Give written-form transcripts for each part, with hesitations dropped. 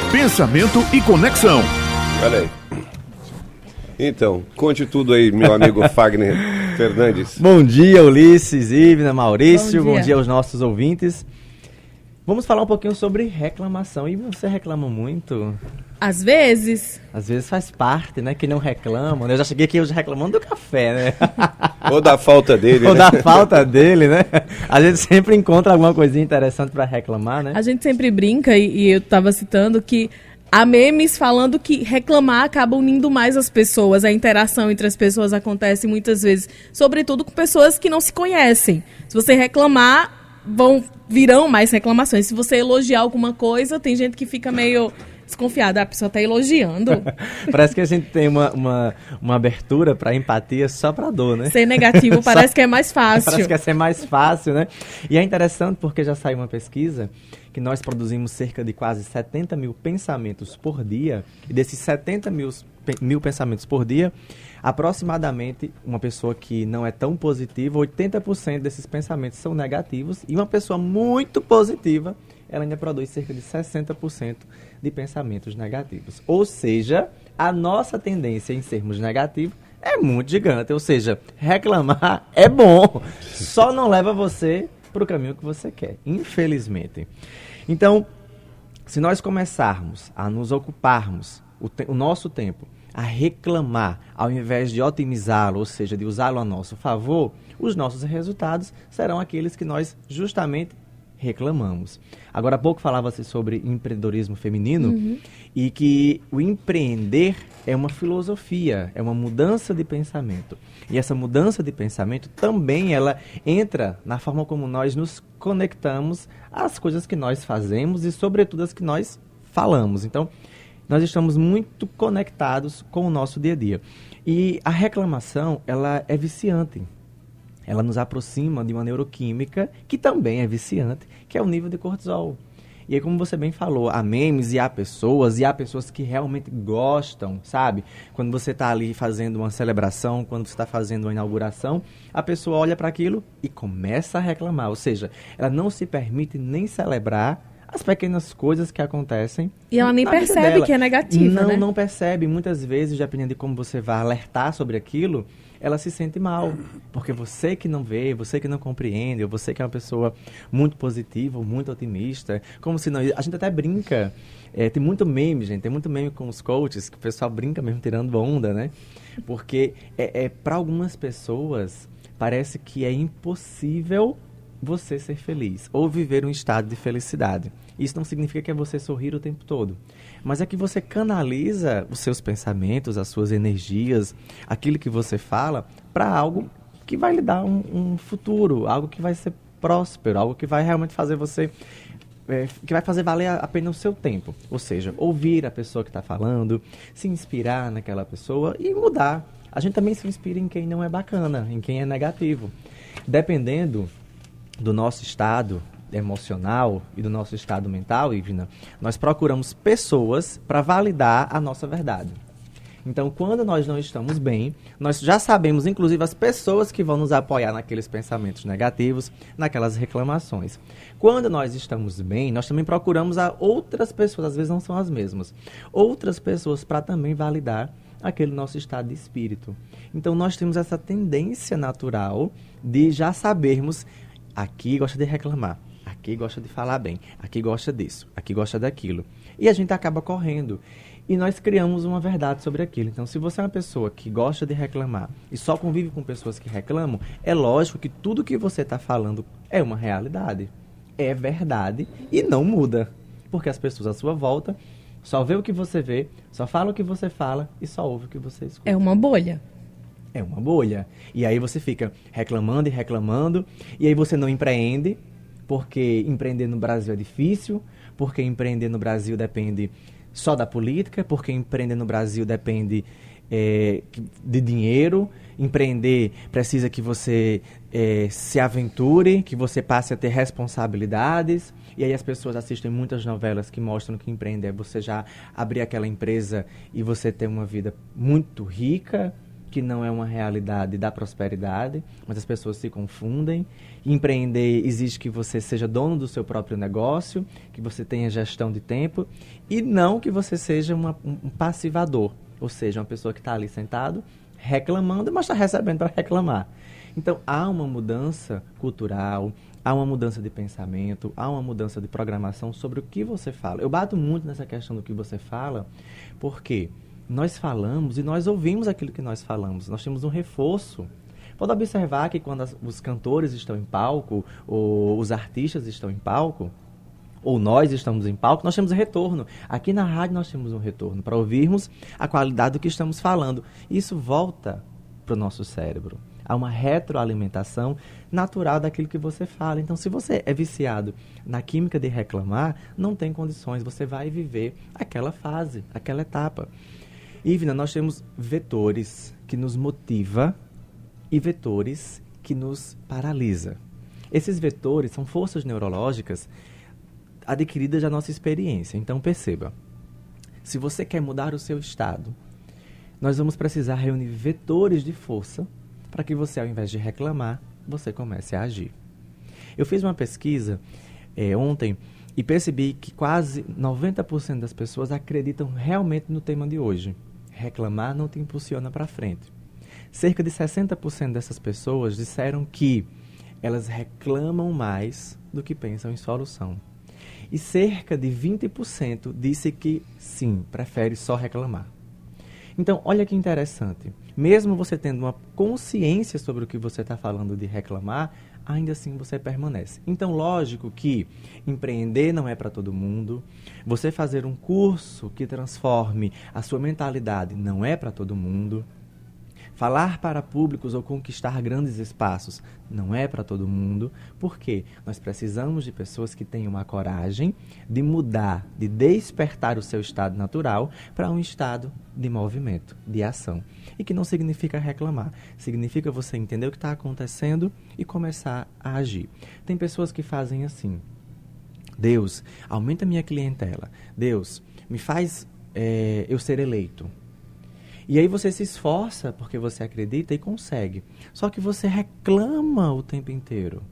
Pensamento e conexão. Olha aí. Então, conte tudo aí, meu amigo Fagner Fernandes. Bom dia, Ulisses, Ivna, Maurício. Bom dia aos nossos ouvintes. Vamos falar um pouquinho sobre reclamação. E você reclama muito? Às vezes. Às vezes faz parte, né? Que não reclamam. Eu já cheguei aqui hoje reclamando do café, né? Ou da falta dele, Ou da falta dele, né? A gente sempre encontra alguma coisinha interessante para reclamar, né? A gente sempre brinca, e eu estava citando que há memes falando que reclamar acaba unindo mais as pessoas. A interação entre as pessoas acontece muitas vezes, sobretudo com pessoas que não se conhecem. Se você reclamar, virão mais reclamações. Se você elogiar alguma coisa, tem gente que fica meio desconfiada. A pessoa está elogiando. Parece que a gente tem uma abertura para empatia só para dor, né? Ser negativo parece que é mais fácil. Parece que é ser mais fácil, né? E é interessante porque já saiu uma pesquisa que nós produzimos cerca de quase 70 mil pensamentos por dia. E desses 70 mil pensamentos por dia, aproximadamente uma pessoa que não é tão positiva, 80% desses pensamentos são negativos. E uma pessoa muito positiva, ela ainda produz cerca de 60% de pensamentos negativos. Ou seja, a nossa tendência em sermos negativos é muito gigante. Ou seja, reclamar é bom, só não leva você para o caminho que você quer, infelizmente. Então, se nós começarmos a nos ocuparmos o nosso tempo a reclamar, ao invés de otimizá-lo, ou seja, de usá-lo a nosso favor, os nossos resultados serão aqueles que nós justamente reclamamos. Agora há pouco falava-se sobre empreendedorismo feminino e que o empreender é uma filosofia, é uma mudança de pensamento. E essa mudança de pensamento também ela entra na forma como nós nos conectamos às coisas que nós fazemos e sobretudo as que nós falamos. Então, nós estamos muito conectados com o nosso dia a dia. E a reclamação, ela é viciante. Ela nos aproxima de uma neuroquímica que também é viciante, que é o nível de cortisol. E aí, como você bem falou, há memes e há pessoas que realmente gostam, sabe? Quando você está ali fazendo uma celebração, quando você está fazendo uma inauguração, a pessoa olha para aquilo e começa a reclamar. Ou seja, ela não se permite nem celebrar as pequenas coisas que acontecem. E ela nem percebe que é negativa, né? Não percebe. Muitas vezes, dependendo de como você vai alertar sobre aquilo, ela se sente mal. Porque você que não vê, você que não compreende, ou você que é uma pessoa muito positiva, muito otimista, como se não... A gente até brinca. Tem muito meme, gente. Tem muito meme com os coaches, que o pessoal brinca mesmo tirando onda, né? Porque para algumas pessoas, parece que é impossível você ser feliz ou viver um estado de felicidade. Isso não significa que é você sorrir o tempo todo, mas é que você canaliza os seus pensamentos, as suas energias, aquilo que você fala para algo que vai lhe dar um futuro, algo que vai ser próspero, algo que vai realmente fazer você, que vai fazer valer a pena o seu tempo. Ou seja, ouvir a pessoa que está falando, se inspirar naquela pessoa e mudar. A gente também se inspira em quem não é bacana, em quem é negativo. Dependendo do nosso estado emocional e do nosso estado mental, Ivna, nós procuramos pessoas para validar a nossa verdade. Então, quando nós não estamos bem, nós já sabemos, inclusive, as pessoas que vão nos apoiar naqueles pensamentos negativos, naquelas reclamações. Quando nós estamos bem, nós também procuramos a outras pessoas, às vezes não são as mesmas, outras pessoas para também validar aquele nosso estado de espírito. Então, nós temos essa tendência natural de já sabermos: aqui gosta de reclamar, aqui gosta de falar bem, aqui gosta disso, aqui gosta daquilo. E a gente acaba correndo. E nós criamos uma verdade sobre aquilo. Então, se você é uma pessoa que gosta de reclamar e só convive com pessoas que reclamam, é lógico que tudo que você está falando é uma realidade. É verdade e não muda. Porque as pessoas à sua volta só vê o que você vê, só fala o que você fala e só ouve o que você escuta. É uma bolha. É uma bolha. E aí você fica reclamando e reclamando, e aí você não empreende, porque empreender no Brasil é difícil, porque empreender no Brasil depende só da política, porque empreender no Brasil depende de dinheiro, empreender precisa que você se aventure, que você passe a ter responsabilidades. E aí as pessoas assistem muitas novelas que mostram que empreender é você já abrir aquela empresa e você ter uma vida muito rica. que não é uma realidade da prosperidade, mas as pessoas se confundem. Empreender exige que você seja dono do seu próprio negócio, que você tenha gestão de tempo, e não que você seja um passivador, ou seja, uma pessoa que está ali sentado, reclamando, mas está recebendo para reclamar. Então, há uma mudança cultural, há uma mudança de pensamento, há uma mudança de programação sobre o que você fala. Eu bato muito nessa questão do que você fala, porque nós falamos e nós ouvimos aquilo que nós falamos. Nós temos um reforço. Pode observar que quando os cantores estão em palco, ou os artistas estão em palco, ou nós estamos em palco, nós temos um retorno. Aqui na rádio nós temos um retorno para ouvirmos a qualidade do que estamos falando. Isso volta para o nosso cérebro. Há uma retroalimentação natural daquilo que você fala. Então, se você é viciado na química de reclamar, não tem condições. Você vai viver aquela fase, aquela etapa. Ivna, nós temos vetores que nos motiva e vetores que nos paralisa. Esses vetores são forças neurológicas adquiridas da nossa experiência. Então, perceba, se você quer mudar o seu estado, nós vamos precisar reunir vetores de força para que você, ao invés de reclamar, você comece a agir. Eu fiz uma pesquisa ontem e percebi que quase 90% das pessoas acreditam realmente no tema de hoje. Reclamar não te impulsiona para frente. Cerca de 60% dessas pessoas disseram que elas reclamam mais do que pensam em solução. E cerca de 20% disse que sim, prefere só reclamar. Então, olha que interessante. Mesmo você tendo uma consciência sobre o que você está falando de reclamar, ainda assim você permanece. Então, lógico que empreender não é para todo mundo. Você fazer um curso que transforme a sua mentalidade não é para todo mundo. Falar para públicos ou conquistar grandes espaços não é para todo mundo. Por quê? Nós precisamos de pessoas que tenham a coragem de mudar, de despertar o seu estado natural para um estado de movimento, de ação. E que não significa reclamar. Significa você entender o que está acontecendo e começar a agir. Tem pessoas que fazem assim. Deus, aumenta a minha clientela. Deus, me faz eu ser eleito. E aí você se esforça porque você acredita e consegue. Só que você reclama o tempo inteiro.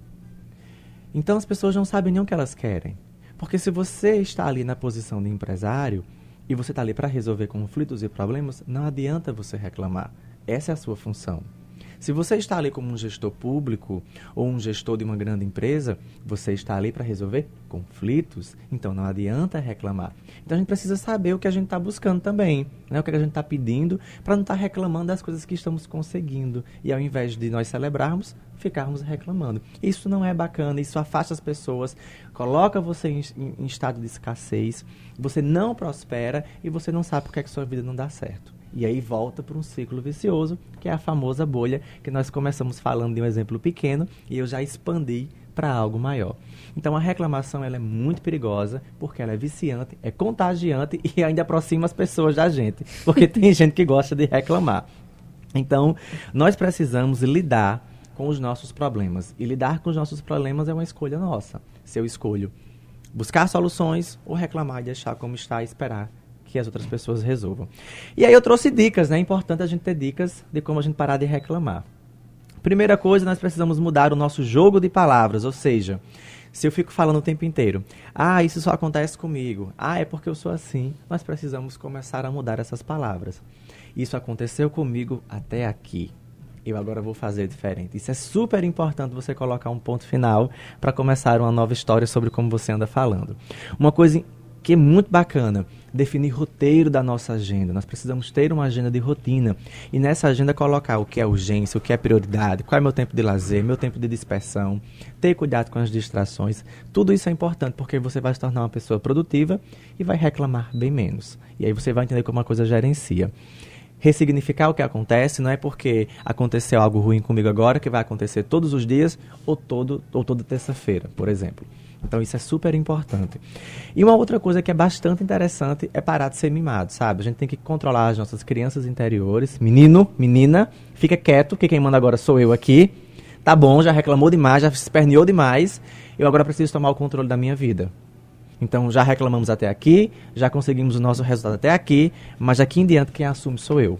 Então as pessoas não sabem nem o que elas querem. Porque se você está ali na posição de empresário e você está ali para resolver conflitos e problemas, não adianta você reclamar. Essa é a sua função. Se você está ali como um gestor público ou um gestor de uma grande empresa, você está ali para resolver conflitos, então não adianta reclamar. Então a gente precisa saber o que a gente está buscando também, né? O que a gente está pedindo, para não estar reclamando das coisas que estamos conseguindo. E ao invés de nós celebrarmos, ficarmos reclamando. Isso não é bacana, isso afasta as pessoas, coloca você em estado de escassez, você não prospera e você não sabe por que sua vida não dá certo. E aí volta para um ciclo vicioso, que é a famosa bolha, que nós começamos falando de um exemplo pequeno e eu já expandi para algo maior. Então a reclamação ela é muito perigosa, porque ela é viciante, é contagiante e ainda aproxima as pessoas da gente, porque tem gente que gosta de reclamar. Então nós precisamos lidar com os nossos problemas. E lidar com os nossos problemas é uma escolha nossa. Se eu escolho buscar soluções ou reclamar e deixar como está e esperar que as outras pessoas resolvam. E aí eu trouxe dicas, né? É importante a gente ter dicas de como a gente parar de reclamar. Primeira coisa, nós precisamos mudar o nosso jogo de palavras, ou seja, se eu fico falando o tempo inteiro, isso só acontece comigo, é porque eu sou assim, nós precisamos começar a mudar essas palavras. Isso aconteceu comigo até aqui. Eu agora vou fazer diferente. Isso é super importante você colocar um ponto final para começar uma nova história sobre como você anda falando. Uma coisa que é muito bacana, definir roteiro da nossa agenda. Nós precisamos ter uma agenda de rotina e nessa agenda colocar o que é urgência, o que é prioridade, qual é meu tempo de lazer, meu tempo de dispersão, ter cuidado com as distrações. Tudo isso é importante porque você vai se tornar uma pessoa produtiva e vai reclamar bem menos. E aí você vai entender como uma coisa gerencia. Ressignificar o que acontece não é porque aconteceu algo ruim comigo agora que vai acontecer todos os dias ou toda terça-feira, por exemplo. Então isso é super importante. E uma outra coisa que é bastante interessante é parar de ser mimado, sabe? A gente tem que controlar as nossas crianças interiores. Menino, menina, fica quieto, que quem manda agora sou eu aqui. Tá bom, já reclamou demais, já se esperneou demais. Eu agora preciso tomar o controle da minha vida. Então já reclamamos até aqui, já conseguimos o nosso resultado até aqui, mas daqui em diante quem assume sou eu.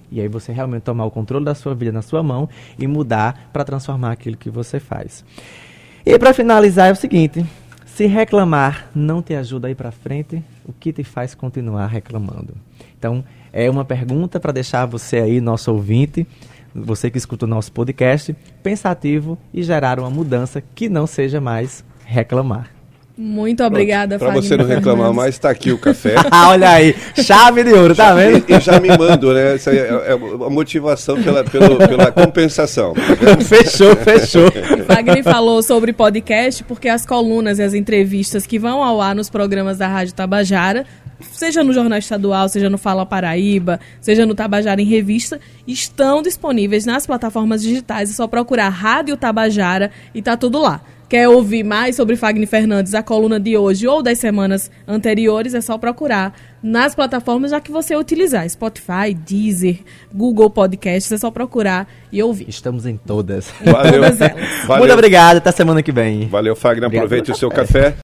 E aí você realmente tomar o controle da sua vida na sua mão e mudar para transformar aquilo que você faz. E para finalizar é o seguinte, se reclamar não te ajuda a ir para frente, o que te faz continuar reclamando? Então, é uma pergunta para deixar você aí, nosso ouvinte, você que escuta o nosso podcast, pensativo e gerar uma mudança que não seja mais reclamar. Muito obrigada, Para você não reclamar mais, está aqui o café. Olha aí, chave de ouro, tá vendo? E já me mando, né? Essa é a motivação pela compensação. Fechou. O Fagner falou sobre podcast porque as colunas e as entrevistas que vão ao ar nos programas da Rádio Tabajara, seja no Jornal Estadual, seja no Fala Paraíba, seja no Tabajara em Revista, estão disponíveis nas plataformas digitais. É só procurar Rádio Tabajara e tá tudo lá. Quer ouvir mais sobre Fagner Fernandes, a coluna de hoje ou das semanas anteriores, é só procurar nas plataformas já que você utilizar. Spotify, Deezer, Google Podcasts, é só procurar e ouvir. Estamos em todas. Valeu. Todas elas. Muito obrigado, até semana que vem. Valeu, Fagner. Aproveite o seu café.